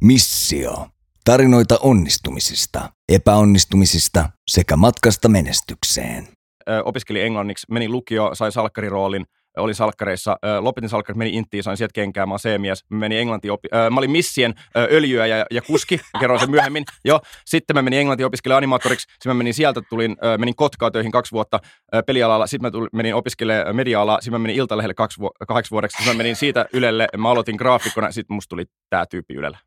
Missio. Tarinoita onnistumisista, epäonnistumisista sekä matkasta menestykseen. Opiskelin englanniksi, menin lukio, sain salkkariroolin, olin salkkareissa, lopetin salkkarit, menin Intiin, sain sieltä kenkää, mä oon C-mies, menin mä olin Missien öljyä ja kuski, kerroin sen myöhemmin. Sitten mä menin Englantiin opiskelemaan animaattoriksi, sitten mä menin sieltä, menin Kotkaan töihin 2 vuotta pelialalla, sitten mä menin opiskelemaan media-alaa, sitten mä menin Iltalehdelle 2 vuodeksi, sitten mä menin siitä Ylelle, mä aloitin graafikkona, sitten musta tuli tää tyyppi Ylelle.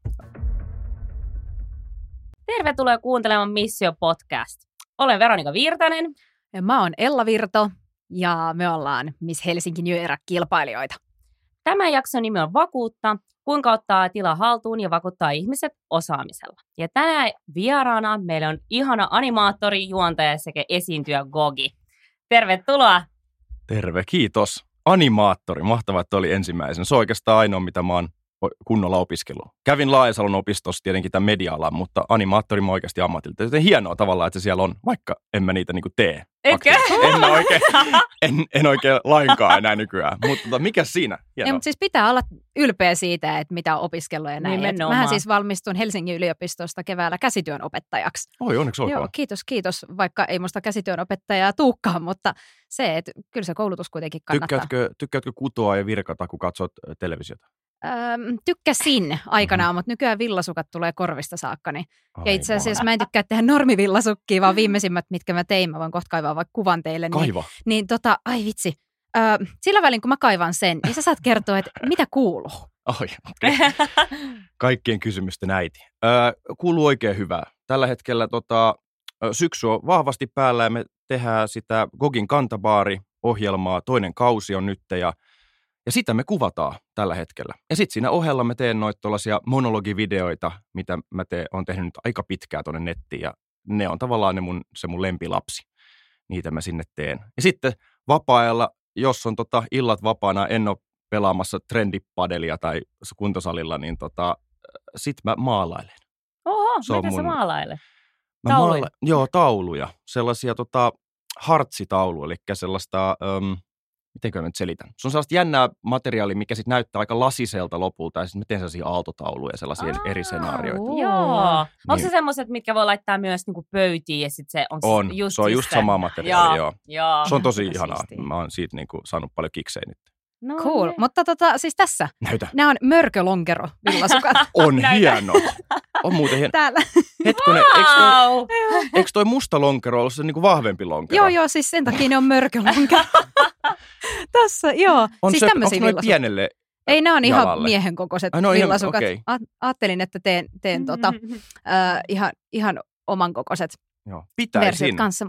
Tervetuloa kuuntelemaan Missio-podcast. Olen Veronika Virtanen. Ja mä oon Ella Virto ja me ollaan Miss Helsinki New Era-kilpailijoita. Tämän jakson nimi on Vakuutta, kuinka ottaa tila haltuun ja vakuuttaa ihmiset osaamisella. Ja tänään vieraana meillä on ihana animaattori, juontaja sekä esiintyjä Gogi. Tervetuloa! Terve, kiitos. Animaattori, mahtavaa, että oli ensimmäisen. Se on oikeastaan ainoa, mitä mä oon kunnolla opiskellut. Kävin Laajasalon opistossa tietenkin tämän media-alan, mutta animaattori mä oikeasti ammatilta. Joten hienoa tavallaan, että se siellä on, vaikka en mä niitä niinku tee. Etkö? En oikein lainkaan enää nykyään. Mutta mikä siinä? Ja, mutta siis pitää olla ylpeä siitä, että mitä on opiskellut ja näin. Mähän siis valmistun Helsingin yliopistosta keväällä käsityön opettajaksi. Oi, onneksi olkoon. Joo, kiitos, vaikka ei musta käsityön opettajaa tuukaan, mutta se, että kyllä se koulutus kuitenkin kannattaa. Tykkäätkö kutoa ja virkata, kun katsot televisiota? Tykkäsin aikanaan, mutta nykyään villasukat tulee korvista saakka. Ja itse asiassa mä en tykkää tehdä normivillasukkia, vaan viimeisimmät, mitkä mä tein, mä voin kohta kaivaa vaikka kuvan teille. Kaiva. Ai vitsi. Sillä välin, kun mä kaivan sen, niin sä saat kertoa, että mitä kuuluu. Okay. Kaikkien kysymysten äiti. Kuuluu oikein hyvää. Tällä hetkellä syksy on vahvasti päällä ja me tehdään sitä Gogin Kantabaari-ohjelmaa. Toinen kausi on nyt ja sitä me kuvataan tällä hetkellä. Ja sitten siinä ohella mä teen noita tuollaisia monologivideoita, mitä mä oon tehnyt nyt aika pitkään tuonne nettiin. Ja ne on tavallaan se mun lempilapsi. Niitä mä sinne teen. Ja sitten vapaa-ajalla, jos on illat vapaana, en ole pelaamassa trendipadelia tai kuntosalilla, niin sit mä maalailen. Oho, mitä sä maalailet? Tauluja? Joo, tauluja. Sellaisia hartsitauluja, eli sellaista... Mitenkö mä nyt selitän? Se on sellaista jännää materiaalia, mikä sitten näyttää aika lasiselta lopulta, ja sitten mä teen sellaisia aaltotauluja ja sellaisia eri senaarioita. Joo. Onko se semmoiset, mitkä voi laittaa myös niinku pöytiin, ja sitten se on just sama materiaali, joo. Se on tosi ihanaa. Mä oon siitä niinku saanut paljon kiksejä nyt. No, cool. Mutta siis tässä. Näytä. Nämä on mörkölonkero villasukat. On hienot. On muuten hieno. Täällä. Hetkonen, eikö toi musta lonkero ollut se niinku vahvempi lonkero? Joo, siis sen takia ne on mörkölonkero. Tässä, joo. On siis se, tämmöisiä onko noin pienelle ei, ne on jalalle? Ihan miehen kokoiset villasukat. Okay. Ajattelin, että teen ihan oman kokoiset versiot kanssa.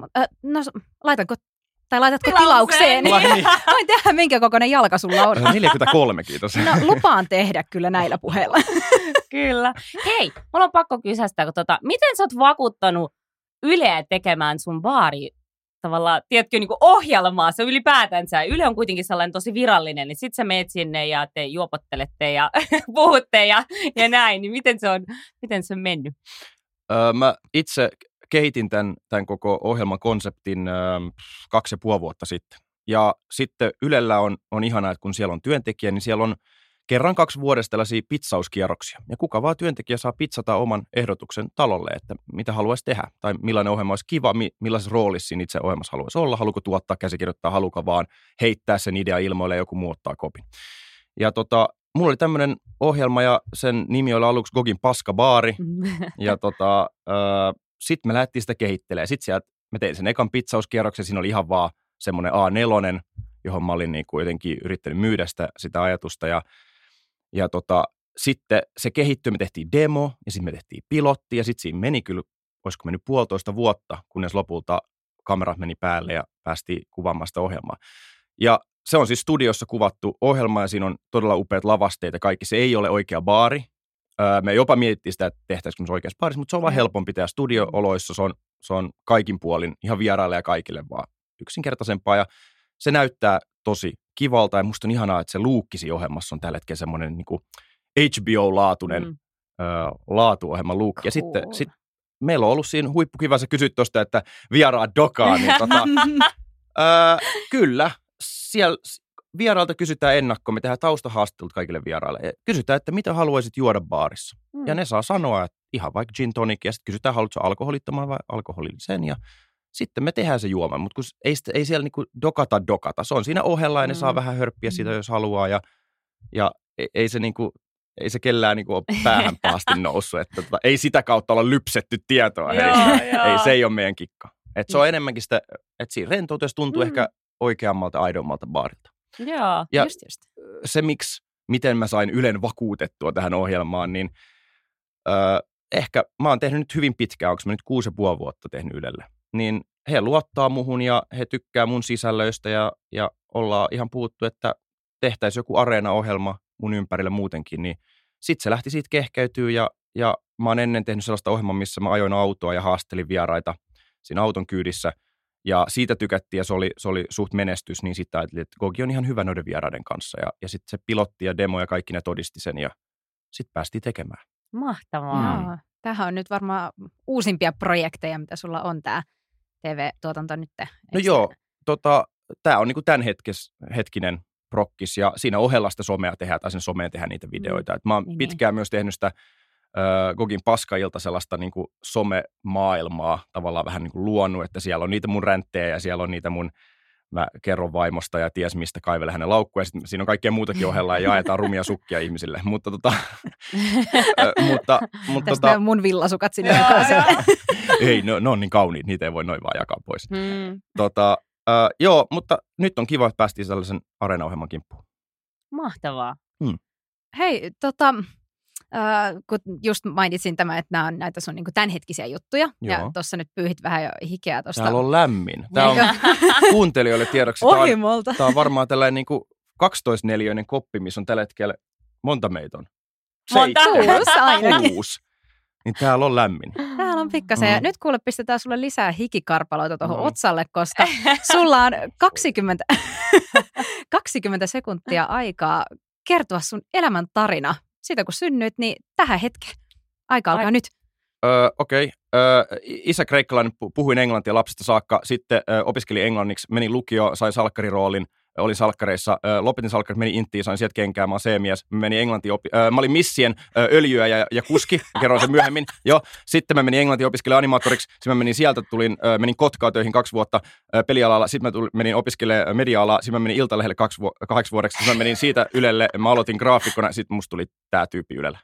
Laitatko tilaukseen? Voin tehdä, minkä kokoinen jalka sulla on. 43, kiitos. No, lupaan tehdä kyllä näillä puheilla. Kyllä. Hei, mulla on pakko kysästä, miten sä oot vakuuttanut Yleä tekemään sun baari tavallaan, tiedätkö, niin kuin ohjelmaa, se ylipäätänsä. Yle on kuitenkin sellainen tosi virallinen, niin sit sä meet sinne ja te juopottelette ja puhutte ja näin, niin miten se on mennyt? Mä itse kehitin tämän koko ohjelman konseptin 2,5 vuotta sitten. Ja sitten Ylellä on ihanaa, että kun siellä on työntekijä, niin siellä on kerran 2 vuodessa tällaisia pizzauskierroksia. Ja kuka vaan työntekijä saa pizzata oman ehdotuksen talolle, että mitä haluaisi tehdä. Tai millainen ohjelma olisi kiva, millaisessa roolissa siinä itse ohjelmassa haluaisi olla. Haluuko tuottaa, käsikirjoittaa, haluuko vaan heittää sen idea ilmoille ja joku muu ottaa kopin. Ja mulla oli tämmöinen ohjelma ja sen nimi oli aluksi Gogin Paskabaari. Ja sitten me lähdettiin sitä kehittelemään. Sitten sieltä mä tein sen ekan pizzauskierroksen. Siinä oli ihan vaan semmoinen A4, johon mä olin niin kuin jotenkin yrittänyt myydä sitä ajatusta. Ja sitten se kehittyi, me tehtiin demo ja sitten me tehtiin pilotti. Ja sitten siinä meni kyllä, olisiko mennyt 1,5 vuotta, kunnes lopulta kamerat meni päälle ja päästiin kuvaamaan sitä ohjelmaa. Ja se on siis studiossa kuvattu ohjelma ja siinä on todella upeat lavasteet ja kaikki. Se ei ole oikea baari. Me jopa mietittiin sitä, että tehtäisikö se oikeassa baarissa, mutta se on vaan helpompi tehdä studio-oloissa. Se on kaikin puolin ihan vieraille ja kaikille vaan yksinkertaisempaa. Ja se näyttää tosi kivalta ja musta on ihanaa, että se luukkisi ohjelmassa on tällä hetkellä semmoinen niin kuin HBO-laatuinen laatuohjelman luukki. Ja sitten meillä on ollut siinä huippukiva, sä kysyt tuosta, että vieraa dokaa, niin kyllä, siellä vierailta kysytään ennakkoon, me tehdään taustahaastattelut kaikille vieraille. Kysytään, että mitä haluaisit juoda baarissa. Ja ne saa sanoa, että ihan vaikka gin tonic, ja sitten kysytään, haluatko alkoholittoman vai alkoholillisen, ja sitten me tehdään se juoma, mutta ei siellä niinku dokata. Se on siinä ohella, ja ne saa vähän hörppiä siitä, jos haluaa, ja ei se kellään niinku ole päähän pahasti noussut, että ei sitä kautta olla lypsetty tietoa. Ei, se ei ole meidän kikka. Se on enemmänkin sitä, että siinä rentoutus tuntuu ehkä oikeammalta, aidommalta baarilta. Joo, ja just. Se, miten mä sain Ylen vakuutettua tähän ohjelmaan, niin ehkä mä oon tehnyt nyt hyvin pitkään, onko mä nyt 6,5 vuotta tehnyt Ylelle, niin he luottaa muhun ja he tykkää mun sisällöistä ja ollaan ihan puhuttu, että tehtäisiin joku Areena-ohjelma mun ympärille muutenkin, niin sitten se lähti siitä kehkeytyy ja mä oon ennen tehnyt sellaista ohjelmaa, missä mä ajoin autoa ja haastelin vieraita siinä auton kyydissä ja siitä tykättiin ja se oli suht menestys, niin sitten ajattelin, että Gogi on ihan hyvä noiden vieraiden kanssa ja sitten se pilotti ja demo ja kaikki ne todisti sen ja sitten päästiin tekemään. Mahtavaa. Tämähän on nyt varmaan uusimpia projekteja, mitä sulla on tämä TV-tuotanto nyt. No joo, tämä on niinku tämän hetkinen prokkis ja siinä ohella sitä somea tehdään tai sen someen tehdään niitä videoita. Et mä oon pitkään myös tehnyt sitä Gogin paskailta sellaista niinku some-maailmaa tavallaan vähän niinku luonut, että siellä on niitä mun ränttejä ja siellä on niitä mä kerron vaimosta ja ties mistä kaivele hänen laukkuja ja sitten siinä on kaikkea muutakin ohella ja jaetaan rumia sukkia ihmisille. Mutta tästä mun villasukat sinne ei, ne on niin kauniit, niitä ei voi noin vaan jakaa pois. Joo, mutta nyt on kiva, että päästiin sellaisen Areena-ohjelman kimppuun. Mahtavaa. Hei, kun just mainitsin tämän, että näitä sun niinku tämänhetkisiä juttuja, ja tuossa nyt pyyhit vähän jo hikeä tuosta. Täällä on lämmin. Tämä on kuuntelijoille tiedoksi. Tämä on varmaan tällainen niinku 12-neliöinen koppi, missä on tällä hetkellä monta meitä on. 6 ainakin. 6. Niin täällä on lämmin. Täällä on pikkasen. Ja nyt kuule, pistetään sulle lisää hikikarpaloita tuohon otsalle, koska sulla on 20 sekuntia aikaa kertoa sun elämän tarina. Siitä kun synnyit, niin tähän hetkeen. Aika alkaa nyt. Okei. Isä kreikkalainen, puhuin englantia lapsesta saakka. Sitten opiskelin englanniksi, menin lukioon, sain salkkariroolin. Olin salkkareissa, lopetin salkkarit, menin Intiin, sain sieltä kenkään, mä oon C-mies. Menin Englantiin, mä olin Missien öljyä ja kuski, kerron sen myöhemmin. Sitten mä menin Englantiin opiskelemaan animaattoriksi, sitten mä menin sieltä, menin Kotkaan töihin 2 vuotta pelialalla, sitten mä menin opiskelemaan media-alaa, sitten mä menin Iltalehdelle 2 vuodeksi, sitten mä menin siitä Ylelle, mä aloitin graafikkona, sitten musta tuli tää tyyppi Ylellä.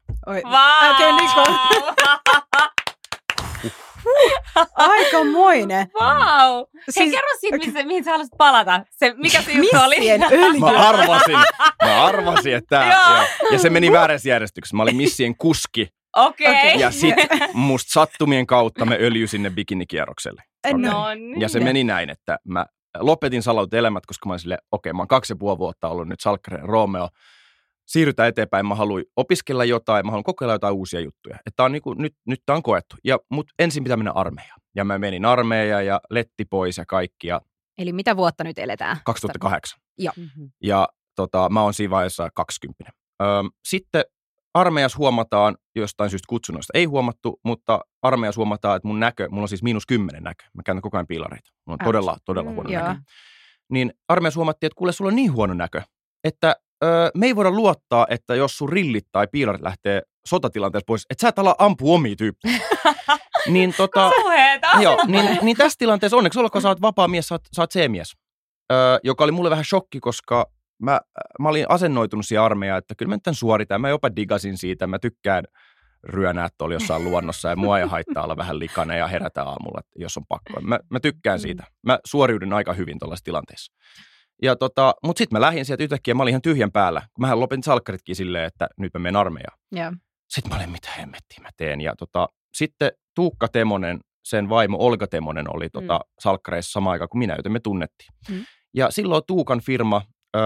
Aikamoinen. Vau. Hei, kerro siitä, mihin sä haluaisit palata. Mikä se juttu oli? Missien öljy. Mä arvasin, että tää. Ja se meni väärässä järjestyksessä. Mä olin Missien kuski. Okei. Ja sit musta sattumien kautta me öljy sinne bikinikierrokselle. No niin. Ja se meni näin, että mä lopetin Salaut elämät, koska mä olin silleen, mä oon 2,5 vuotta ollut nyt salkkareen Romeo. Siirrytään eteenpäin, mä haluan opiskella jotain, mä haluan kokeilla jotain uusia juttuja. Että on niinku, nyt tää on koettu. Mutta ensin pitää mennä armeijaan. Ja mä menin armeijaan ja letti pois ja kaikki. Eli mitä vuotta nyt eletään? 2008. Joo. Ja mä oon siinä vaiheessa 20. Sitten armeijassa huomataan jostain syystä kutsunnoista. Ei huomattu, mutta armeijassa huomataan, että mulla on siis -10 näkö. Mä käytän koko ajan piilareita. Mulla on todella huono näkö. Niin armeijassa huomattiin, että kuule, sulla on niin huono näkö, että me ei voida luottaa, että jos sun rillit tai piilarit lähtee sotatilanteessa pois, että sä et ala ampua omia tyyppejä. niin niin tässä tilanteessa onneksi olkoon sä oot vapaa mies, sä oot C-mies. Joka oli mulle vähän shokki, koska mä olin asennoitunut siihen armeijaan, että kyllä mä nyt tämän suoritan. Mä jopa digasin siitä, mä tykkään ryönää tuolla jossain luonnossa ja mua ei haittaa olla vähän likainen ja herätä aamulla, jos on pakko. Mä tykkään siitä. Mä suoriudun aika hyvin tuollaisessa tilanteessa. Mutta sitten mä lähdin sieltä yhtäkkiä, mä olin ihan tyhjän päällä. Mähän lopetin salkkaritkin silleen, että nyt mä menen armeijaan. Yeah. Sitten mä olin, mitä hemmettiä mä teen. Ja sitten Tuukka Temonen, sen vaimo Olga Temonen oli salkkareissa samaan aikaan kuin minä, joten me tunnettiin. Ja silloin Tuukan firma,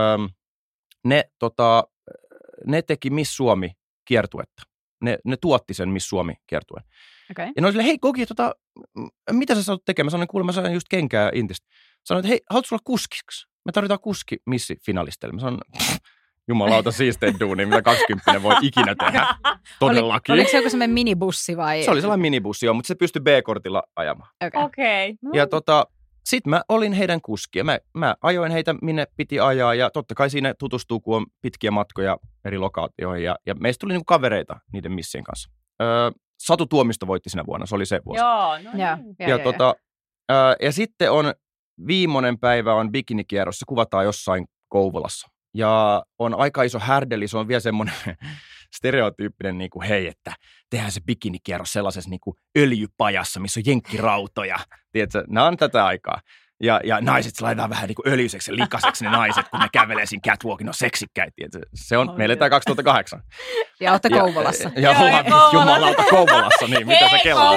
ne teki Miss Suomi-kiertuetta. Ne tuotti sen Miss Suomi-kiertuen. Okay. Ja ne oli silleen, hei Gogi, mitä sä saat tekemään? Mä sanoin, kuule, mä sain just kenkää Intistä. Sanoin, että hei, haluatko olla kuskiksi? Me tarvitaan kuski missi-finalisteille. Mä sanon, jumalauta siistein duuni, mitä 20 voi ikinä tehdä. Todellakin. Oliko se joku sellainen minibussi vai? Se oli sellainen minibussi, joo, mutta se pystyi B-kortilla ajamaan. Okei. Ja sitten mä olin heidän kuski ja mä ajoin heitä minne piti ajaa ja totta kai siinä tutustuu, kun on pitkiä matkoja eri lokaatioihin ja meistä tuli niinku kavereita niiden missien kanssa. Satu Tuomisto voitti sinä vuonna, se oli se vuosi. Joo, no niin. Ja sitten on viimeinen päivä on bikinikierros, se kuvataan jossain Kouvolassa. Ja on aika iso härdeli, se on vielä semmoinen stereotyyppinen, niin kuin, hei, että tehdään se bikinikierros sellaisessa niin kuin öljypajassa, missä on jenkkirautoja. Tiedätkö, nämä on tätä aikaa. Ja naiset laitetaan vähän niin kuin öljyiseksi ja likaiseksi ne naiset, kun ne kävelee siinä catwalkin, on seksikkäitä. Se on, meillä tämä 2008. Ja olette Kouvolassa. Ja ollaan jumalauta Kouvolassa, niin mitä sä kelaat?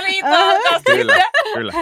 Kyllä.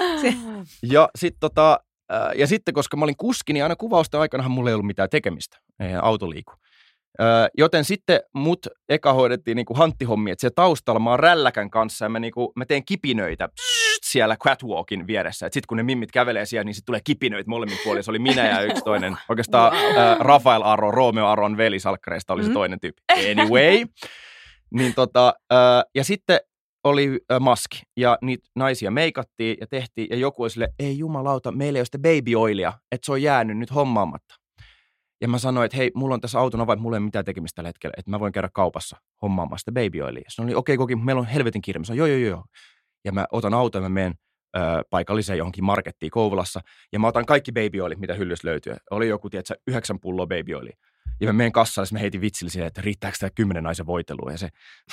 Ja sitten, koska mä olin kuski, niin aina kuvausten aikanahan mulla ei ollut mitään tekemistä. Ei auto liiku. Joten sitten mut eka hoidettiin niinku hanttihommia, että siellä taustalla mä oon rälläkän kanssa ja mä teen kipinöitä siellä catwalkin vieressä. Sitten kun ne mimmit kävelee siellä, niin sitten tulee kipinöitä molemmin puolin. Se oli minä ja yksi toinen. Oikeastaan Rafael Aro, Romeo Aron veli salkkareista oli se toinen tyyppi. Anyway. Niin ja sitten oli maski ja niitä naisia meikattiin ja tehtiin ja joku oli silleen, ei jumalauta, meillä ei ole sitä baby oilia, että se on jäänyt nyt hommaamatta. Ja mä sanoin, että hei, mulla on tässä auton avain, mulla ei ole mitään tekemistä tällä hetkellä, että mä voin käydä kaupassa hommaamaan sitä baby oilia. Sitten oli, okei, meillä on helvetin kiire. Mä sanoin, joo. Ja mä otan auton ja mä menen paikalliseen johonkin markettiin Kouvolassa. Ja mä otan kaikki baby oilit, mitä hyllystä löytyy. Oli joku, tiedätkö, 9 pulloa baby oilia. Ja mä menen kassalle, mä heitin vitsille, että riittääkö tämä 10 naisen voitelua. Ja se,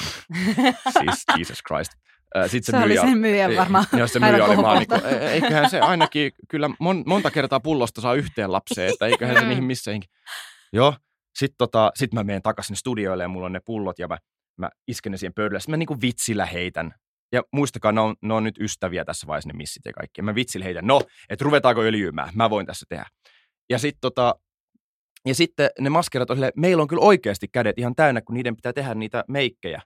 siis Jesus Christ. Se oli sen myyjän varmaan. Jos se myyjä oli vaan niin eiköhän se ainakin kyllä monta kertaa pullosta saa yhteen lapseen, että eiköhän se niihin missäinkin. Joo, sit mä menen takaisin studioille ja mulla on ne pullot ja mä isken ne siihen pöydälle. Sitten mä niinku vitsillä heitän. Ja muistakaa, ne on nyt ystäviä tässä vaiheessa ne missit ja kaikki. Ja mä vitsillä heitän, että ruvetaanko öljymään, mä voin tässä tehdä. Ja sitten ne maskerat on silleen, meillä on kyllä oikeasti kädet ihan täynnä, kun niiden pitää tehdä niitä meikkejä.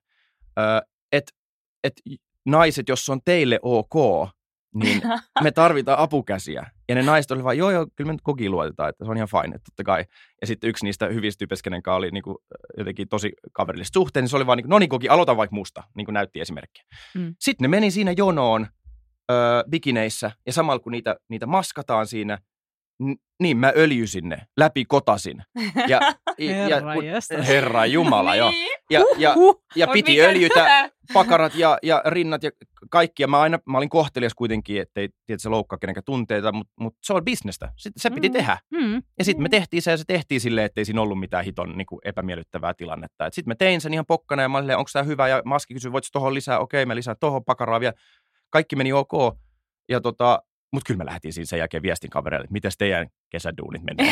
Naiset, jos on teille ok, niin me tarvitaan apukäsiä. Ja ne naiset oli vaan, joo, kyllä me nyt kokiin luotetaan, että se on ihan fine, että totta kai. Ja sitten yksi niistä hyvistä tyypeistä, kenen kanssa oli niinku jotenkin tosi kaverillista suhteen, niin se oli vaan, no niin koki, aloita vaikka musta, niin kuin näytti esimerkkiä. Sitten ne meni siinä jonoon bikineissä, ja samalla kun niitä maskataan siinä, niin mä öljysin ne, läpi kotasin. Herra Jumala, joo. Ja piti öljytä pakarat ja rinnat ja kaikki. Ja mä olin kohtelias kuitenkin, ettei se loukkaa kenenkään tunteita, mutta se on bisnestä. Se piti tehdä. Ja sitten me tehtiin se ja se tehtiin silleen, ettei siinä ollut mitään hiton niin kuin epämiellyttävää tilannetta. Sitten mä tein sen ihan pokkana ja mä olin, onko tämä hyvä? Ja Maski kysyi, voitko tohon lisää? Okei, mä lisään tohon pakaraa vielä. Kaikki meni ok. Ja mutta kyllä mä lähetin siinä sen jälkeen viestin kavereille, että mites teidän kesäduunit menee.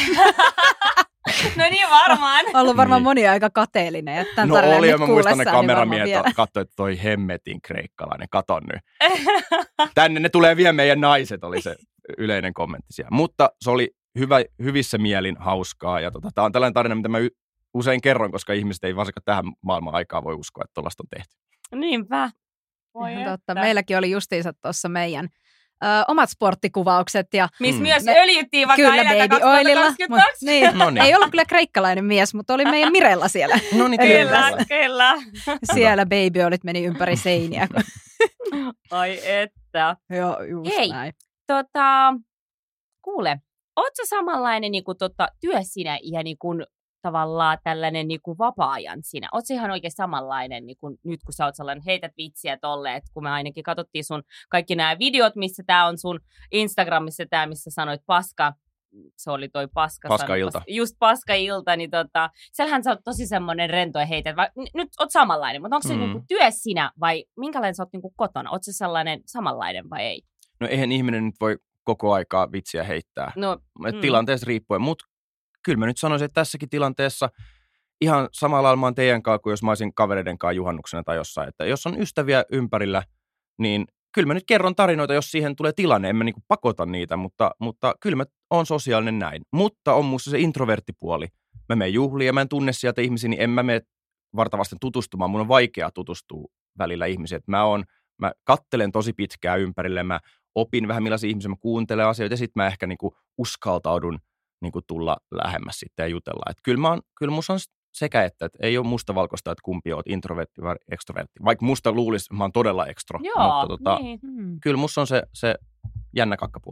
No niin varmaan. Ollut varmaan moni aika kateellinen. Että no oli ja mä muistan ne kameramiehet katsoi, että toi hemmetin kreikkalainen, katon nyt. Tänne ne tulee vielä meidän naiset, oli se yleinen kommentti siellä. Mutta se oli hyvissä mielin hauskaa ja tää on tällainen tarina, mitä mä usein kerron, koska ihmiset ei varsinkaan tähän maailman aikaan voi uskoa, että tollaista on tehty. Niinpä. Totta. Meilläkin oli justiinsa tuossa meidän omat sporttikuvaukset. Missä myös öljyttiin vaikka kyllä baby oililla. Ei ollut kyllä kreikkalainen mies, mutta oli meidän Mirella siellä. No niin, kyllä. Siellä baby oilit meni ympäri seiniä. Ai että. Joo, just hei, näin. Kuule, ootko samanlainen niin kuin, työsinä ja niin kuin, tavallaan tällainen niin kuin vapaa-ajan sinä? Ootko ihan oikein samanlainen niin kuin nyt, kun sä oot sellainen, heität vitsiä tolleen, kun me ainakin katsottiin sun kaikki nämä videot, missä tää on sun Instagramissa tää, missä sanoit paska, se oli toi paska-ilta. Just paska-ilta, niin siellähän sä oot tosi semmoinen rento ja heität, nyt oot samanlainen, mutta onko se niin kuin työ sinä vai minkälainen sä oot niin kuin kotona? Oot se sellainen samanlainen vai ei? No eihän ihminen nyt voi koko aikaa vitsiä heittää. Tilanteesta riippuen, mutta kyllä mä nyt sanoisin, että tässäkin tilanteessa ihan samalla lailla mä oon teidän kanssa kuin jos mä olisin kavereiden kanssa juhannuksena tai jossain. Että jos on ystäviä ympärillä, niin kyllä mä nyt kerron tarinoita, jos siihen tulee tilanne. En mä niinku pakota niitä, mutta kyllä mä oon sosiaalinen näin. Mutta on musta se introverttipuoli. Mä menen juhliin ja mä en tunne sieltä ihmisiä, niin en mä mene vartavasten tutustumaan. Mun on vaikea tutustua välillä ihmisiä. Mä kattelen tosi pitkään ympärille, mä opin vähän millaisia ihmisiä, mä kuuntelen asioita ja sitten mä ehkä niinku uskaltaudun niinku tulla lähemmäs sitten ja jutella. Että kyllä musta on sekä että ei ole mustavalkoista, että kumpi oot introvertti vai ekstrovertti. Vaikka musta luulisi, että mä oon todella ekstro. Joo, mutta kyllä musta on se jännä kakkapuoli.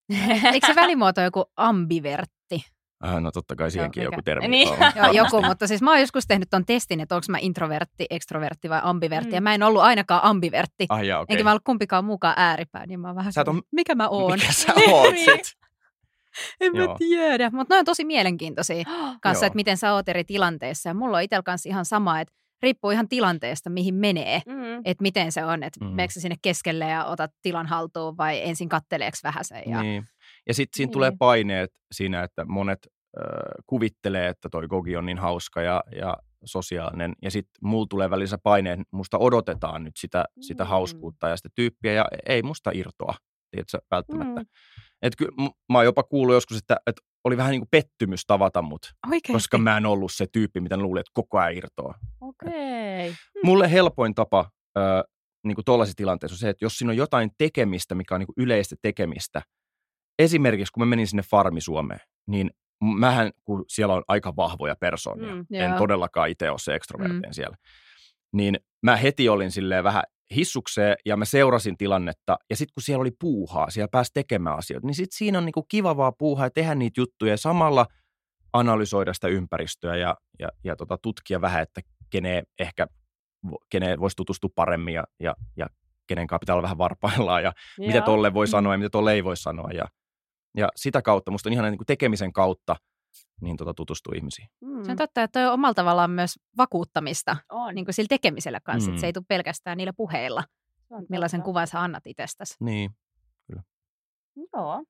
Eikö se välimuoto joku ambivertti? No totta kai siihenkin Joo, joku termi. Niin. Joo, joku, mutta siis mä oon joskus tehnyt ton testin, että onko mä introvertti, extrovertti vai ambivertti. Ja mä en ollut ainakaan ambivertti. Okay. Enkä mä ollut kumpikaan muukaan ääripää, niin mä oon vähän mikä mä oon. Mikä sä oot sit? En mä tiedä, mutta ne on tosi mielenkiintoisia kanssa, että miten sä oot eri tilanteissa. Ja mulla on itsellä kanssa ihan sama, että riippuu ihan tilanteesta, mihin menee. Että miten se on, että meneekö sinne keskelle ja otat tilan haltuun vai ensin katteleeks vähäsen. Ja... Niin. Ja sitten siinä tulee paineet siinä, että monet kuvittelee, että toi Gogi on niin hauska ja sosiaalinen. Ja sitten mulla tulee välissä paineet, musta odotetaan nyt sitä hauskuutta ja sitä tyyppiä ja ei musta irtoa, tiedätkö, välttämättä. Että kyllä mä oon jopa kuullut joskus, että oli vähän niin kuin pettymys tavata mut, koska mä en ollut se tyyppi, mitä luulin, että koko ajan irtoaa. Okei. Mulle helpoin tapa niin kuin tollaisessa tilanteessa on se, että jos siinä on jotain tekemistä, mikä on niin kuin yleistä tekemistä, esimerkiksi kun mä menin sinne Farmi-Suomeen, niin mähän, kun siellä on aika vahvoja persoonia, en todellakaan itse ole se ekstroverttien siellä, niin mä heti olin silleen vähän hissukseen ja mä seurasin tilannetta. Ja sitten kun siellä oli puuhaa, siellä pääsi tekemään asioita, niin sitten siinä on niinku kiva vaan puuhaa ja tehdä niitä juttuja ja samalla analysoida sitä ympäristöä ja tutkia vähän, että keneen voisi tutustua paremmin ja kenen kanssa pitää olla vähän varpaillaan ja mitä tolle voi sanoa ja mitä tolle ei voi sanoa. Ja sitä kautta, musta on ihan niin kuin tekemisen kautta niin tutustua ihmisiin. Se on totta, että toi on omalla tavallaan myös vakuuttamista niin kuin sillä tekemisellä kanssa, että se ei tule pelkästään niillä puheilla, millaisen kuvan sä annat itsestäsi. Niin, kyllä. Joo.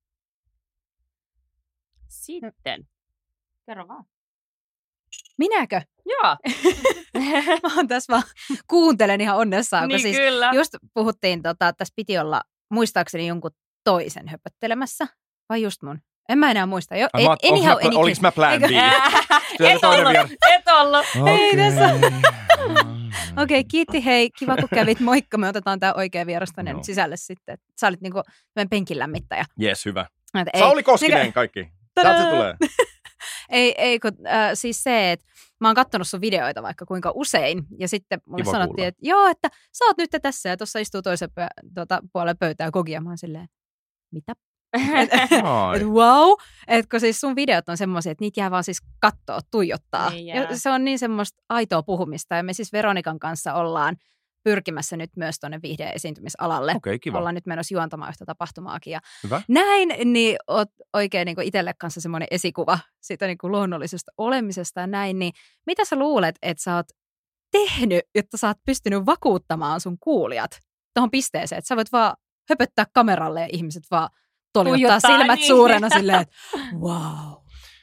Sitten, kerro vaan. Minäkö? Joo. Mä oon tässä vaan kuuntelen ihan onnessaan, niin kun siis kyllä. just puhuttiin, tässä piti olla muistaakseni jonkun toisen höpöttelemässä, vai just mun? En mä enää muista. Oliko mä plan B? Et ollut. Ei tässä. Okei, kiitti, hei. Kiva, kun kävit. Moikka, me otetaan tää oikea vieras tonne nyt sisälle sitten. Sä olit niinku penkin lämmittäjä. Jes, hyvä. Sauli Koskinen kaikki. Täältä se tulee. Siis se, että mä oon kattonut sun videoita vaikka kuinka usein, ja sitten mulle Kiva sanottiin, kuulla. että joo, että sä oot nyt tässä, ja tuossa istuu toisen puolella pöytää Gogi, ja mä oon silleen, mitä? Wow, että kun siis sun videot on semmoisia, että niitä jää vaan siis kattoo, tuijottaa. Ja se on niin semmoista aitoa puhumista, ja me siis Veronikan kanssa ollaan pyrkimässä nyt myös tuonne viihde-esiintymisalalle. Okei, kiva. Ollaan nyt menossa juontamaan yhtä tapahtumaakin. Ja hyvä. näin, niin oot oikein niin itselle kanssa semmoinen esikuva siitä niin kuin luonnollisesta olemisesta ja näin. Niin mitä sä luulet, että sä oot tehnyt, jotta sä oot pystynyt vakuuttamaan sun kuulijat tuohon pisteeseen, että sä voit vaan höpöttää kameralle ja ihmiset vaan toljottaa silmät niin suurena silleen, että wow.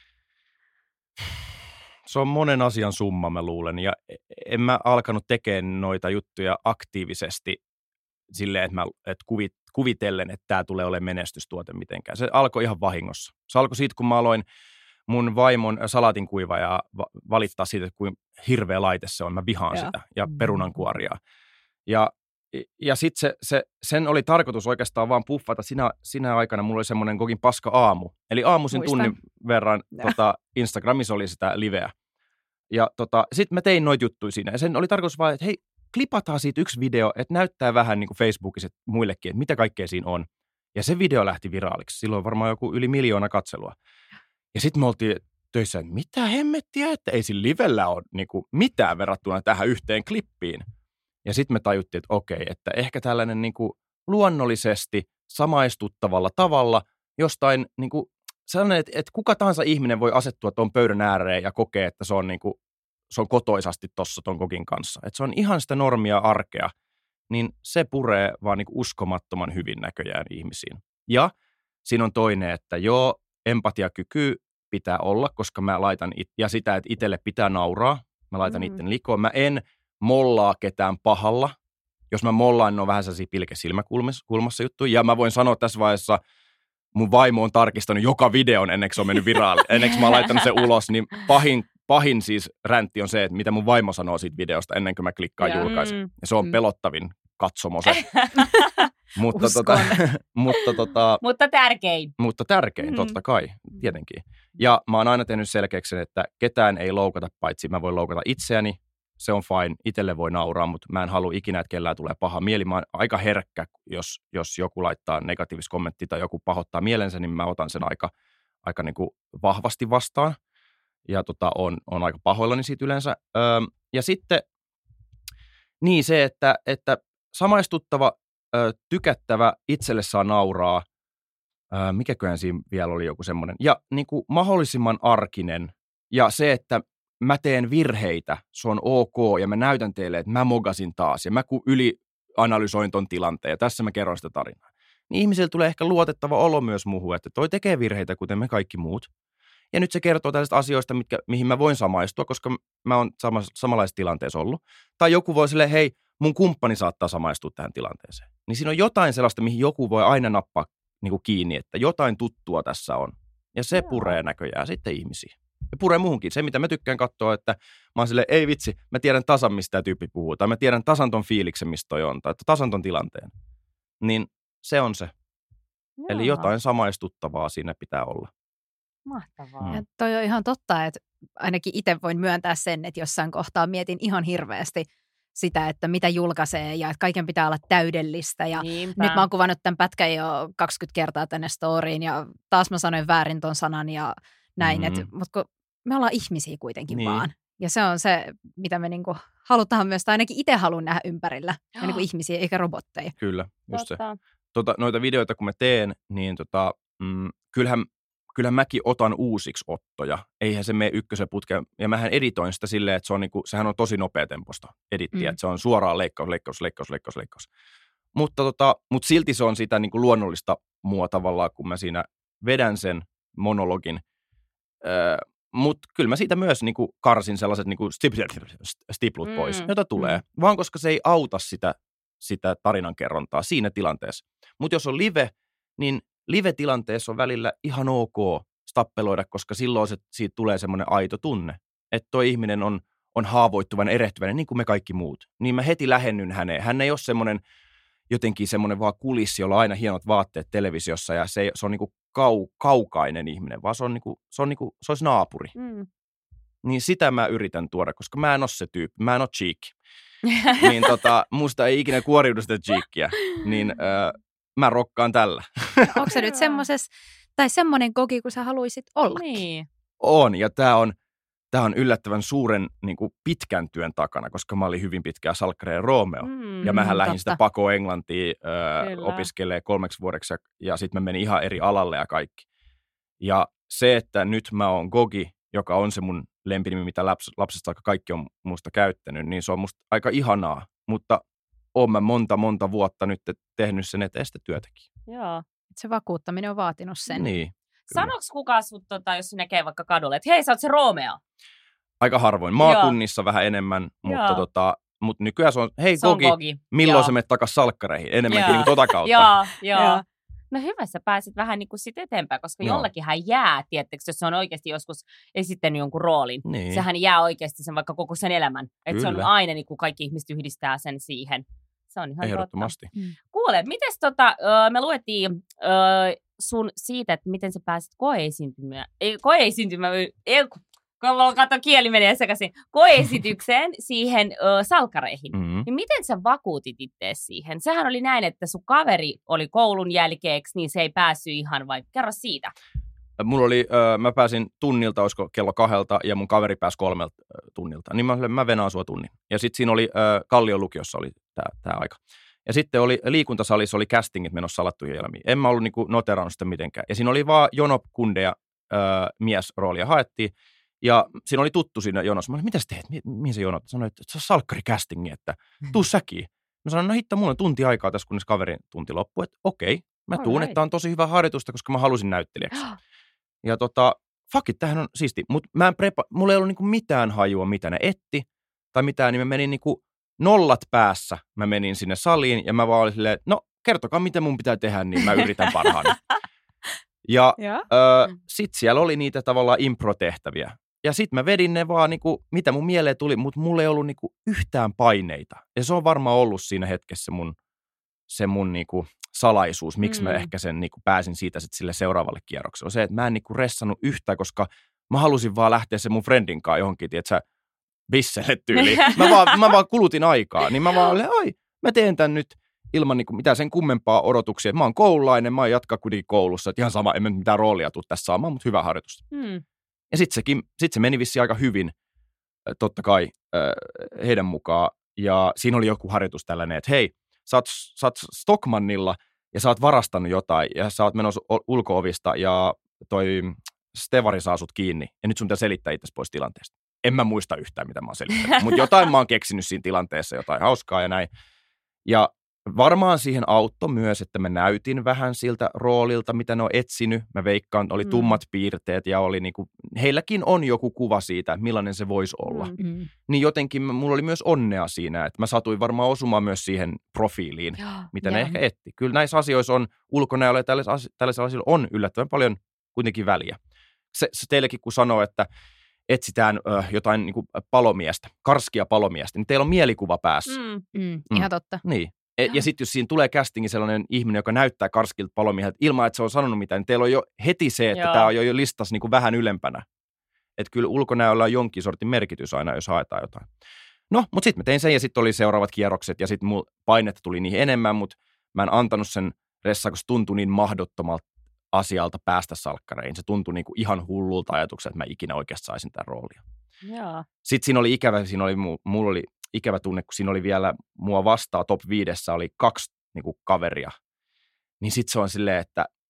Se on monen asian summa, mä luulen, ja en mä alkanut tekemään noita juttuja aktiivisesti silleen, että kuvitellen, että tämä tulee olemaan menestystuote mitenkään. Se alkoi ihan vahingossa. Se alkoi siitä, kun mä aloin mun vaimon salaatinkuivajaa valittaa siitä, että kuin hirveä laite se on. Mä vihaan sitä ja perunankuoria. Ja sitten sen oli tarkoitus oikeastaan vaan puffata. Sinä aikana mulla oli semmoinen Gogin paska aamu. Eli aamuisin tunnin verran Instagramissa oli sitä liveä. Ja sitten mä tein noita juttuja siinä. Ja sen oli tarkoitus vaan, että hei, klipataan siitä yksi video, että näyttää vähän niin kuin Facebookissa muillekin, että mitä kaikkea siinä on. Ja se video lähti viraaliksi. Silloin varmaan joku yli 1 miljoona katselua. Ja sitten me oltiin töissä, että mitä hemmettiä, että ei sillä livellä ole niin kuin mitään verrattuna tähän yhteen klippiin. Ja sitten me tajuttiin, että okei, että ehkä tällainen niin kuin luonnollisesti samaistuttavalla tavalla jostain niin kuin sellainen, että kuka tahansa ihminen voi asettua tuon pöydän ääreen ja kokea, että se on, niin kuin, se on kotoisasti tuossa ton Gogin kanssa. Että se on ihan sitä normia arkea, niin se puree vaan niin kuin uskomattoman hyvin näköjään ihmisiin. Ja siinä on toinen, että joo, empatiakyky pitää olla, koska mä laitan, ja sitä, että itselle pitää nauraa, mä laitan itten likoon. Mä en mollaa ketään pahalla. Jos mä mollaan, ne on vähän sellaisia pilkesilmäkulmassa juttuja. Ja mä voin sanoa tässä vaiheessa, mun vaimo on tarkistanut joka videon ennen kuin se on mennyt viraalille. Ennen kuin mä oon laittanut sen ulos, niin pahin siis räntti on se, että mitä mun vaimo sanoo siitä videosta ennen kuin mä klikkaan julkaisen. Ja se on pelottavin katsomo se. Mutta tärkein. Mutta tärkein, totta kai, tietenkin. Ja mä oon aina tehnyt selkeäksi sen, että ketään ei loukata, paitsi mä voin loukata itseäni se on fine, itselle voi nauraa, mutta mä en halua ikinä, että kellään tulee paha mieli. Mä oon aika herkkä, jos joku laittaa negatiivista kommenttia tai joku pahoittaa mielensä, niin mä otan sen aika niin kuin vahvasti vastaan. Ja on aika pahoillani siitä yleensä. Ja sitten niin se, että samaistuttava, tykättävä, itselle saa nauraa, mikäköhän siinä vielä oli joku semmoinen, ja niin kuin mahdollisimman arkinen, ja se, että mä teen virheitä, se on ok, ja mä näytän teille, että mä mogasin taas, ja mä ylianalysoin ton tilanteen, ja tässä mä kerron sitä tarinaa. Niin ihmisille tulee ehkä luotettava olo myös muuhun, että toi tekee virheitä, kuten me kaikki muut. Ja nyt se kertoo tällaisista asioista, mihin mä voin samaistua, koska mä oon samanlaisessa tilanteessa ollut. Tai joku voi silleen, hei, mun kumppani saattaa samaistua tähän tilanteeseen. Niin siinä on jotain sellaista, mihin joku voi aina nappaa niin kuin kiinni, että jotain tuttua tässä on. Ja se puree näköjään sitten ihmisiä. Ja puree muuhunkin. Se, mitä mä tykkään katsoa, että mä oon silleen, ei vitsi, mä tiedän tasan, mistä tämä tyyppi puhuu. Tai mä tiedän tasan ton fiiliksen, mistä toi on. Tai tasan ton tilanteen. Niin se on se. Joo. Eli jotain samaistuttavaa siinä pitää olla. Mahtavaa. Ja toi on ihan totta, että ainakin itse voin myöntää sen, että jossain kohtaa mietin ihan hirveästi sitä, että mitä julkaisee ja että kaiken pitää olla täydellistä. Ja Niinpä. nyt mä oon kuvannut tämän pätkän jo 20 kertaa tänne storyin ja taas mä sanoin väärin ton sanan ja näin. Mutta me ollaan ihmisiä kuitenkin Niin. vaan. Ja se on se, mitä me niinku halutaan myös, tai ainakin itse haluan nähdä ympärillä. Ja niinku ihmisiä eikä robotteja. Kyllä, just se. Totta. Noita videoita, kun mä teen, niin kyllähän mäkin otan uusiksi ottoja. Eihän se mene ykkösen putkeen. Ja mähän editoin sitä silleen, että sehän on tosi nopeatempoista edittiä. Että se on suoraan leikkaus. Mutta silti se on sitä niin kuin luonnollista mua tavallaan, kun mä siinä vedän sen monologin. Mutta kyllä mä siitä myös niin kuin karsin sellaiset niin kuin stiplut pois, jota tulee. Vaan koska se ei auta sitä tarinankerrontaa siinä tilanteessa. Mutta jos on live, niin live-tilanteessa on välillä ihan ok stappeloida, koska silloin siitä tulee semmoinen aito tunne, että toi ihminen on haavoittuvainen, erehtyväinen, niin kuin me kaikki muut. Niin mä heti lähennyn häneen. Hän ei ole semmoinen jotenkin semmoinen vaan kulissi, jolla on aina hienot vaatteet televisiossa ja se on niinku kaukainen ihminen, vaan se olisi naapuri. Niin sitä mä yritän tuoda, koska mä en ole se tyyppi, mä en ole cheek. Niin musta ei ikinä kuoriudu sitä cheekkiä, niin mä rokkaan tällä. Onko se nyt semmoinen koki, kun sä haluaisit olla? Niin. On, ja tää on yllättävän suuren niin kuin pitkän työn takana, koska mä olin hyvin pitkään Salkkareen Romeo. Ja mähän lähdin sitä pakoon Englantiin opiskelee 3 vuodeksi, ja sitten mä menin ihan eri alalle ja kaikki. Ja se, että nyt mä oon Gogi, joka on se mun lempinimi, mitä lapsesta aika kaikki on musta käyttänyt, niin se on musta aika ihanaa. Mutta oon mä monta vuotta nyt tehnyt sen eteen sitä työtäkin. Joo. Se vakuuttaminen on vaatinut sen. Niin. Sanoks kukaan sut, jos se näkee vaikka kadulle, että hei, sä oot se Romeo? Aika harvoin. Maakunnissa vähän enemmän, mutta nykyään se on, hei Gogi, milloin sä menet takas Salkkareihin? Enemmänkin niin kuin kautta. Joo. No hyvä, sä pääsit vähän niin kuin sit eteenpäin, koska jollakinhan jää, tiettekö, jos se on oikeasti joskus esittänyt jonkun roolin. Niin. Sehän jää oikeasti sen vaikka koko sen elämän. Että se on aina niin kuin kaikki ihmiset yhdistää sen siihen. Se on ihan ehdottomasti. Totta. Kuule, mites me luettiin sun siitä, että miten sä pääsit koeesitykseen siihen Salkkareihin. Niin miten sä vakuutit itseäsi siihen? Sehän oli näin, että sun kaveri oli koulun jälkeeksi, niin se ei päässyt ihan, vai kerro siitä. Mulla oli, mä pääsin tunnilta, olisiko kello 2, ja mun kaveri pääsi 3 tunnilta. Niin mä venaan sua tunnin. Ja sitten siinä oli Kallion lukiossa oli tää aika. Ja sitten oli liikuntasalissa oli castingit menossa Salattuihin elämiin. En mä ollut niinku noterannut sitä mitenkään. Ja siinä oli vaan jonokundeja miesroolia haettiin. Ja siinä oli tuttu siinä jonossa. Mä olin, mitä sä teet? Mihin sä jonot? Sanoin, että se on salkkari-castingi, että tuu säkin. Mä sanoin, no hitto, mulla on tunti aikaa tässä, kunnes kaverin tunti loppui. Että okei, mä tuun, että on tosi hyvä harjoitusta, koska mä halusin näyttelijäksi. Ja fuck it, tämähän on siisti. Mutta mulla ei ollut niinku mitään hajua, mitä ne etti. Tai mitään, niin mä menin niinku nollat päässä. Mä menin sinne saliin ja mä vaan olin silleen, no kertokaa, mitä mun pitää tehdä, niin mä yritän parhaani. Ja sit siellä oli niitä tavallaan impro-tehtäviä. Ja sit mä vedin ne vaan, niinku, mitä mun mieleen tuli, mutta mulla ei ollut niinku yhtään paineita. Ja se on varmaan ollut siinä hetkessä se mun niinku salaisuus, miksi mä ehkä sen niinku pääsin siitä sit sille seuraavalle kierrokselle. On se, että mä en niinku ressannut yhtään, koska mä halusin vaan lähteä sen mun friendin kanssa johonkin, tietsä, bisselle tyyliin. Mä vaan kulutin aikaa, niin mä vaan olin, mä teen tän nyt ilman niin kuin mitään sen kummempaa odotuksia. Mä oon koululainen, mä oon jatkaa kuitenkin koulussa, että ihan sama, en mä mitään roolia tule tässä saamaan, mutta hyvä harjoitus. Ja sit se meni vissiin aika hyvin, totta kai heidän mukaan. Ja siinä oli joku harjoitus tällainen, että hei, sä oot Stockmannilla ja sä oot varastanut jotain ja sä oot menossa ulko-ovista ja toi Stevari saa sut kiinni ja nyt sun pitää selittää itse pois tilanteesta. En mä muista yhtään, mitä mä oon selittänyt, mutta jotain mä oon keksinyt siinä tilanteessa, jotain hauskaa ja näin. Ja varmaan siihen auttoi myös, että mä näytin vähän siltä roolilta, mitä ne on etsinyt. Mä veikkaan, oli tummat piirteet ja oli niinku, heilläkin on joku kuva siitä, millainen se voisi olla. Niin jotenkin mulla oli myös onnea siinä, että mä satuin varmaan osumaan myös siihen profiiliin, mitä ne ehkä etti. Kyllä näissä asioissa on ulkonäöllä ja tällaisilla asioilla on yllättävän paljon kuitenkin väliä. Se teillekin kun sanoo, että etsitään jotain niinku palomiestä, karskia palomiestä, niin teillä on mielikuva päässä. Ihan totta. Niin. Ja sitten jos siinä tulee castingin sellainen ihminen, joka näyttää karskilta palomieheltä ilman, että se on sanonut mitään, niin teillä on jo heti se, että tämä on jo listassa niinku vähän ylempänä. Että kyllä ulkonäöllä on jonkin sortin merkitys aina, jos haetaan jotain. No, mutta sitten mä tein sen ja sitten oli seuraavat kierrokset ja sitten painetta tuli niihin enemmän, mutta mä en antanut sen ressaa, koska se tuntui niin mahdottomalta asialta päästä salkkareihin. Se tuntui niinku ihan hullulta ajatukselta, että mä ikinä oikeasti saisin tämän roolia. Joo. Sitten siinä oli ikävä, mulla oli ikävä tunne, kun siinä oli vielä mua vastaan top 5 oli 2 niinku kaveria. Niin sitten se on silleen,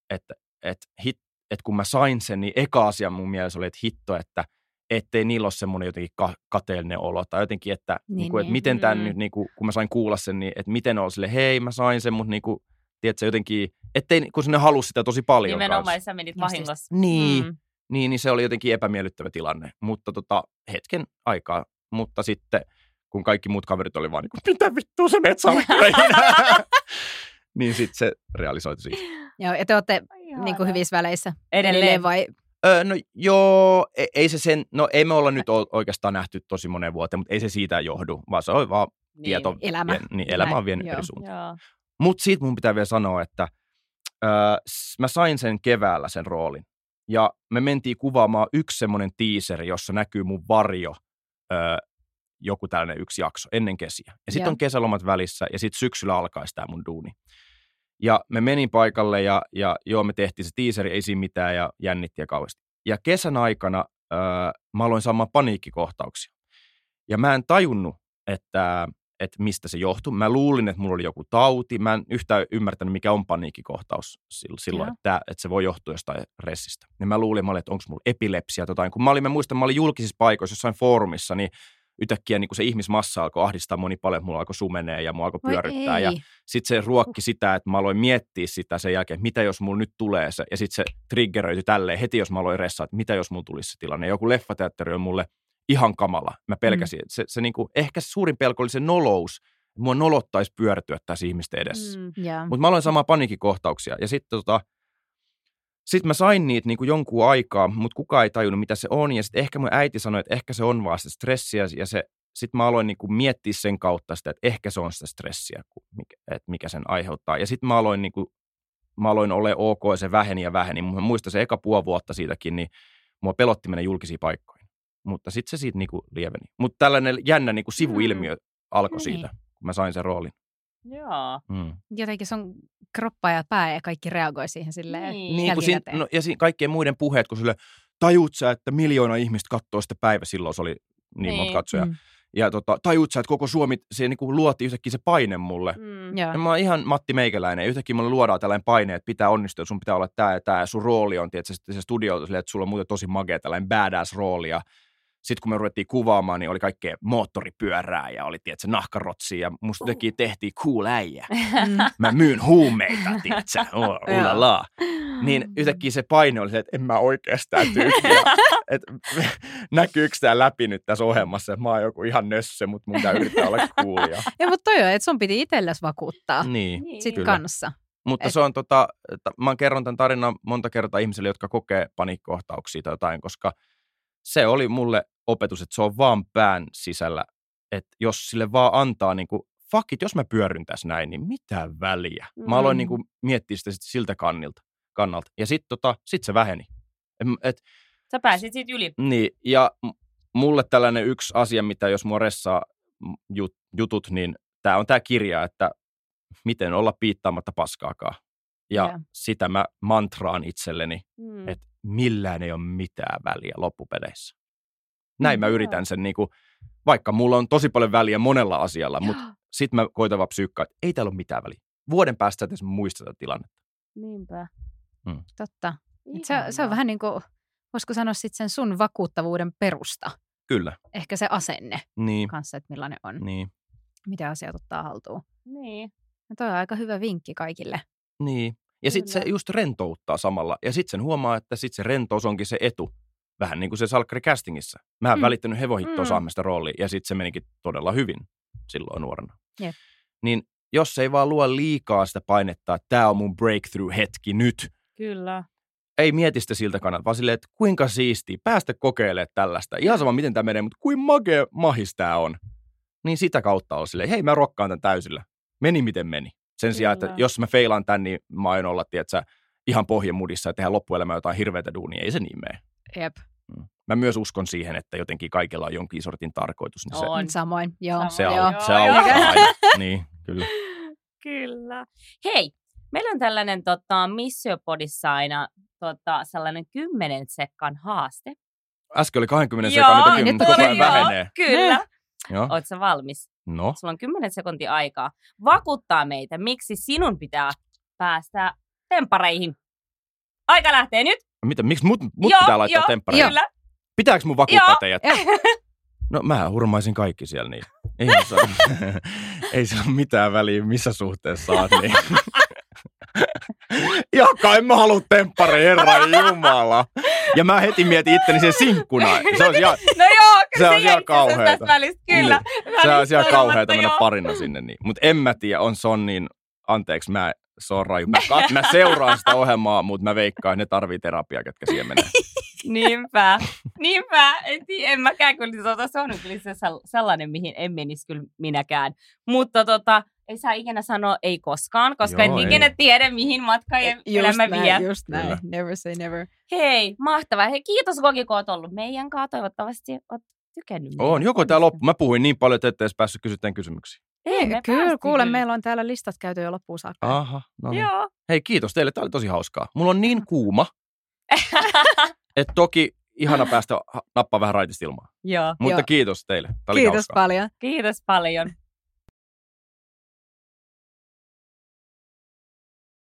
että kun mä sain sen, niin eka asia mun mielessä oli, että hitto, että ettei niillä ole semmoinen jotenkin kateellinen olo. Tai jotenkin, että miten tämän nyt, niinku, kun mä sain kuulla sen, niin että miten on silleen, hei mä sain sen, mutta niinku, tiedätkö, jotenkin, ettei, kun ne halusi sitä tosi paljon. Nimenomaan sä menit vahingossa. Niin se oli jotenkin epämiellyttävä tilanne. Mutta hetken aikaa, mutta sitten kun kaikki muut kaverit oli vaan niin kuin, mitä vittua sä menet salkkareihin? Niin sitten se realisoitu siitä. Joo, ja te olette niin kuin hyvissä väleissä edelleen vai? No joo, ei me olla nyt oikeastaan nähty tosi moneen vuoteen, mutta ei se siitä johdu, vaan se on vaan tieto. Elämä. Elämä on vienyt eri suuntaan. Mutta siitä mun pitää vielä sanoa, että mä sain sen keväällä sen roolin. Ja me mentiin kuvaamaan yksi semmoinen teaseri, jossa näkyy mun varjo, joku tällainen yksi jakso ennen kesiä. Ja sitten on kesälomat välissä ja sitten syksyllä alkaisi tämä mun duuni. Ja me menin paikalle ja me tehtiin se teaseri, ei siinä mitään ja jännittiin kauheasti. Ja kesän aikana mä aloin saamaan paniikkikohtauksia. Ja mä en tajunnut, että mistä se johtui. Mä luulin, että mulla oli joku tauti. Mä en yhtään ymmärtänyt, mikä on paniikkikohtaus silloin, että se voi johtua jostain ressistä. Ja mä luulin, että onko mulla epilepsia tai jotain. Kun mä muistan, mä olin julkisissa paikoissa jossain foorumissa, niin yhtäkkiä niin kun se ihmismassa alkoi ahdistaa moni paljon, että mulla alkoi sumenee ja mulla alkoi pyörryttää. Ja sitten se ruokki sitä, että mä aloin miettiä sitä sen jälkeen, että mitä jos mulla nyt tulee se. Ja sitten se triggeröityi tälleen heti, jos mä aloin ressaa, että mitä jos mulla tulisi se tilanne. Joku leffateatteri on mulle ihan kamala. Mä pelkäsin. Se niin kuin, ehkä se suurin pelko oli se nolous. Mua nolottaisi pyörtyä tässä ihmisten edessä. Mutta mä aloin saamaan paniikkikohtauksia. Ja sitten sitten mä sain niitä niin kuin jonkun aikaa, mutta kukaan ei tajunnut, mitä se on. Ja sitten ehkä mun äiti sanoi, että ehkä se on vaan sitä stressiä. Ja sitten mä aloin niin kuin miettiä sen kautta sitä, että ehkä se on sitä stressiä, että mikä sen aiheuttaa. Ja sitten mä aloin ole ok ja se väheni ja väheni. Mä muistan se eka puoli vuotta siitäkin, niin mua pelotti mennä julkisiin paikkoihin. Mutta sitten se siitä niin kuin lieveni. Mutta tällainen jännä niin kuin sivuilmiö alkoi siitä, kun mä sain sen roolin. Joo. Jotenkin sun kroppa ja pää ja kaikki reagoi siihen silleen. Niin, ja kaikkien muiden puheet, kun sille tajuut sä, että 1 miljoona ihmistä katsoo sitä päivä, silloin se oli niin monta katsojaa. Ja tajuut sä, että koko Suomi, se niin kuin luotiin yhtäkkiä se paine mulle. Ja mä oon ihan Matti Meikäläinen. Yhtäkkiä mulle luodaan tällainen paine, että pitää onnistua, sun pitää olla tää ja tää. Ja sun rooli on, tietysti se studio, että sulla on muuten tosi magea tällainen badass rooli. Ja sitten kun me ruvettiin kuvaamaan, niin oli kaikkea moottoripyörää ja oli, tiedätkö, nahkarotsia ja musta tehtiin cool äijä. Mä myyn huumeita, tiedätkö, ulalaa. Niin yhtäkkiä se paine oli se, että en mä oikeastaan tykkää. Että näkyykö tää läpi nyt tässä ohjelmassa, että mä oon joku ihan nössö, mutta mun tää yrittää olla coolia. Ja mutta toi on, että sun piti itsellesi vakuuttaa sit kyllä. kanssa. Mutta se on mä kerron tämän tarinan monta kertaa ihmisille, jotka kokee paniikkohtauksia tai jotain, koska se oli mulle opetus, että se on vaan pään sisällä, että jos sille vaan antaa niin kuin, fuck it, jos mä pyörryn tässä näin, niin mitä väliä? Mä aloin niin kuin miettiä sitä siltä kannalta. Ja sitten sit se väheni. Sä pääsit siitä yli. Niin, ja mulle tällainen yksi asia, mitä jos mua ressaa jutut, niin tämä on tämä kirja, että miten olla piittaamatta paskaakaan. Ja sitä mä mantraan itselleni, että millään ei ole mitään väliä loppupeleissä. Näin mä yritän sen, niin kuin, vaikka mulla on tosi paljon väliä monella asialla, mutta sit mä koitan vaan psyykkaa, että ei täällä ole mitään väliä. Vuoden päästä edes muista tätä tilannetta. Niinpä. Totta. Se on vähän niin kuin, voisiko sanoa sitten sen sun vakuuttavuuden perusta. Kyllä. Ehkä se asenne kanssa, että millainen on. Niin. Miten asiat ottaa haltuun. Niin. Ja toi on aika hyvä vinkki kaikille. Niin. Ja sitten se just rentouttaa samalla. Ja sitten sen huomaa, että sitten se rentous onkin se etu. Vähän niin kuin se Salkkari castingissa. Mä en välittänyt hevohittoa saamista rooliin. Ja sitten se menikin todella hyvin silloin nuorena. Jep. Niin jos ei vaan luo liikaa sitä painetta, että tää on mun breakthrough-hetki nyt. Kyllä. Ei mieti sitä siltä kannalta, vaan silleen, että kuinka siistiä, päästä kokeilemaan tällaista. Ihan sama, miten tämä menee, mutta kuin makea mahis tää on. Niin sitä kautta on silleen, hei mä rokkaan tämän täysillä. Meni miten meni. Sen sijaan, että jos mä feilaan tän, niin mä aion olla, tietsä, ihan pohjamudissa ja tehdään loppuelämää jotain hirveätä duunia. Ei se niin mene. Jep. Mä myös uskon siihen, että jotenkin kaikilla on jonkin sortin tarkoitus. Niin on. Samoin, joo. Se auttaa aina. Niin, kyllä. Kyllä. Hei, meillä on tällainen Missiopodissa aina sellainen 10 sekan haaste. Äsken oli 20 sekan, nyt koko ajan vähenee. Kyllä. Joo. Ootko sä valmis? No. Sulla on 10 sekuntia aikaa vakuuttaa meitä, miksi sinun pitää päästä temppareihin. Aika lähtee nyt. Mitä, miksi mut pitää laittaa temppareihin? Kyllä. Pitääkö mun vakuuttaa teidät? No mä hurmaisin kaikki siellä niin. Ei se ole mitään väliä, missä suhteessa saat niin. Ja kai mä haluun temppari, herran jumala. Ja mä heti mietin itteni sen sinkkuna. Se on ihan, no joo, se on ihan kauheeta. Kyllä. Se on ihan kauheeta mennä parina sinne. Niin. Mutta en mä tiedä, on niin, anteeksi, se on raju. Mä seuraan sitä ohjelmaa, mutta mä veikkaan, että ne tarvii terapiaa, ketkä siihen menee. Niinpä. En mäkään kyllä, se on kyllä sellainen, mihin en menisi kyllä minäkään. Mutta ei saa ikinä sanoa ei koskaan, koska en ikinä tiedä, mihin matka elämä vie. Just näin, kyllä. Never say never. Hei, mahtavaa. Hei, kiitos Gogi, kun oot ollut meidän kanssa. Toivottavasti oot tykännyt. On, joko tää loppu. Mä puhuin niin paljon, että ette edes päässyt kysyttämään kysymyksiä. Kyllä, kuule, meillä on täällä listat käyty jo loppuun saakka. Aha, no niin. Joo. Hei, kiitos teille. Tää oli tosi hauskaa. Mulla on niin kuuma, että toki ihana päästä nappaa vähän raitista ilmaa. Joo. Mutta kiitos teille. Tää oli kiitos hauskaa. paljon. Kiitos paljon.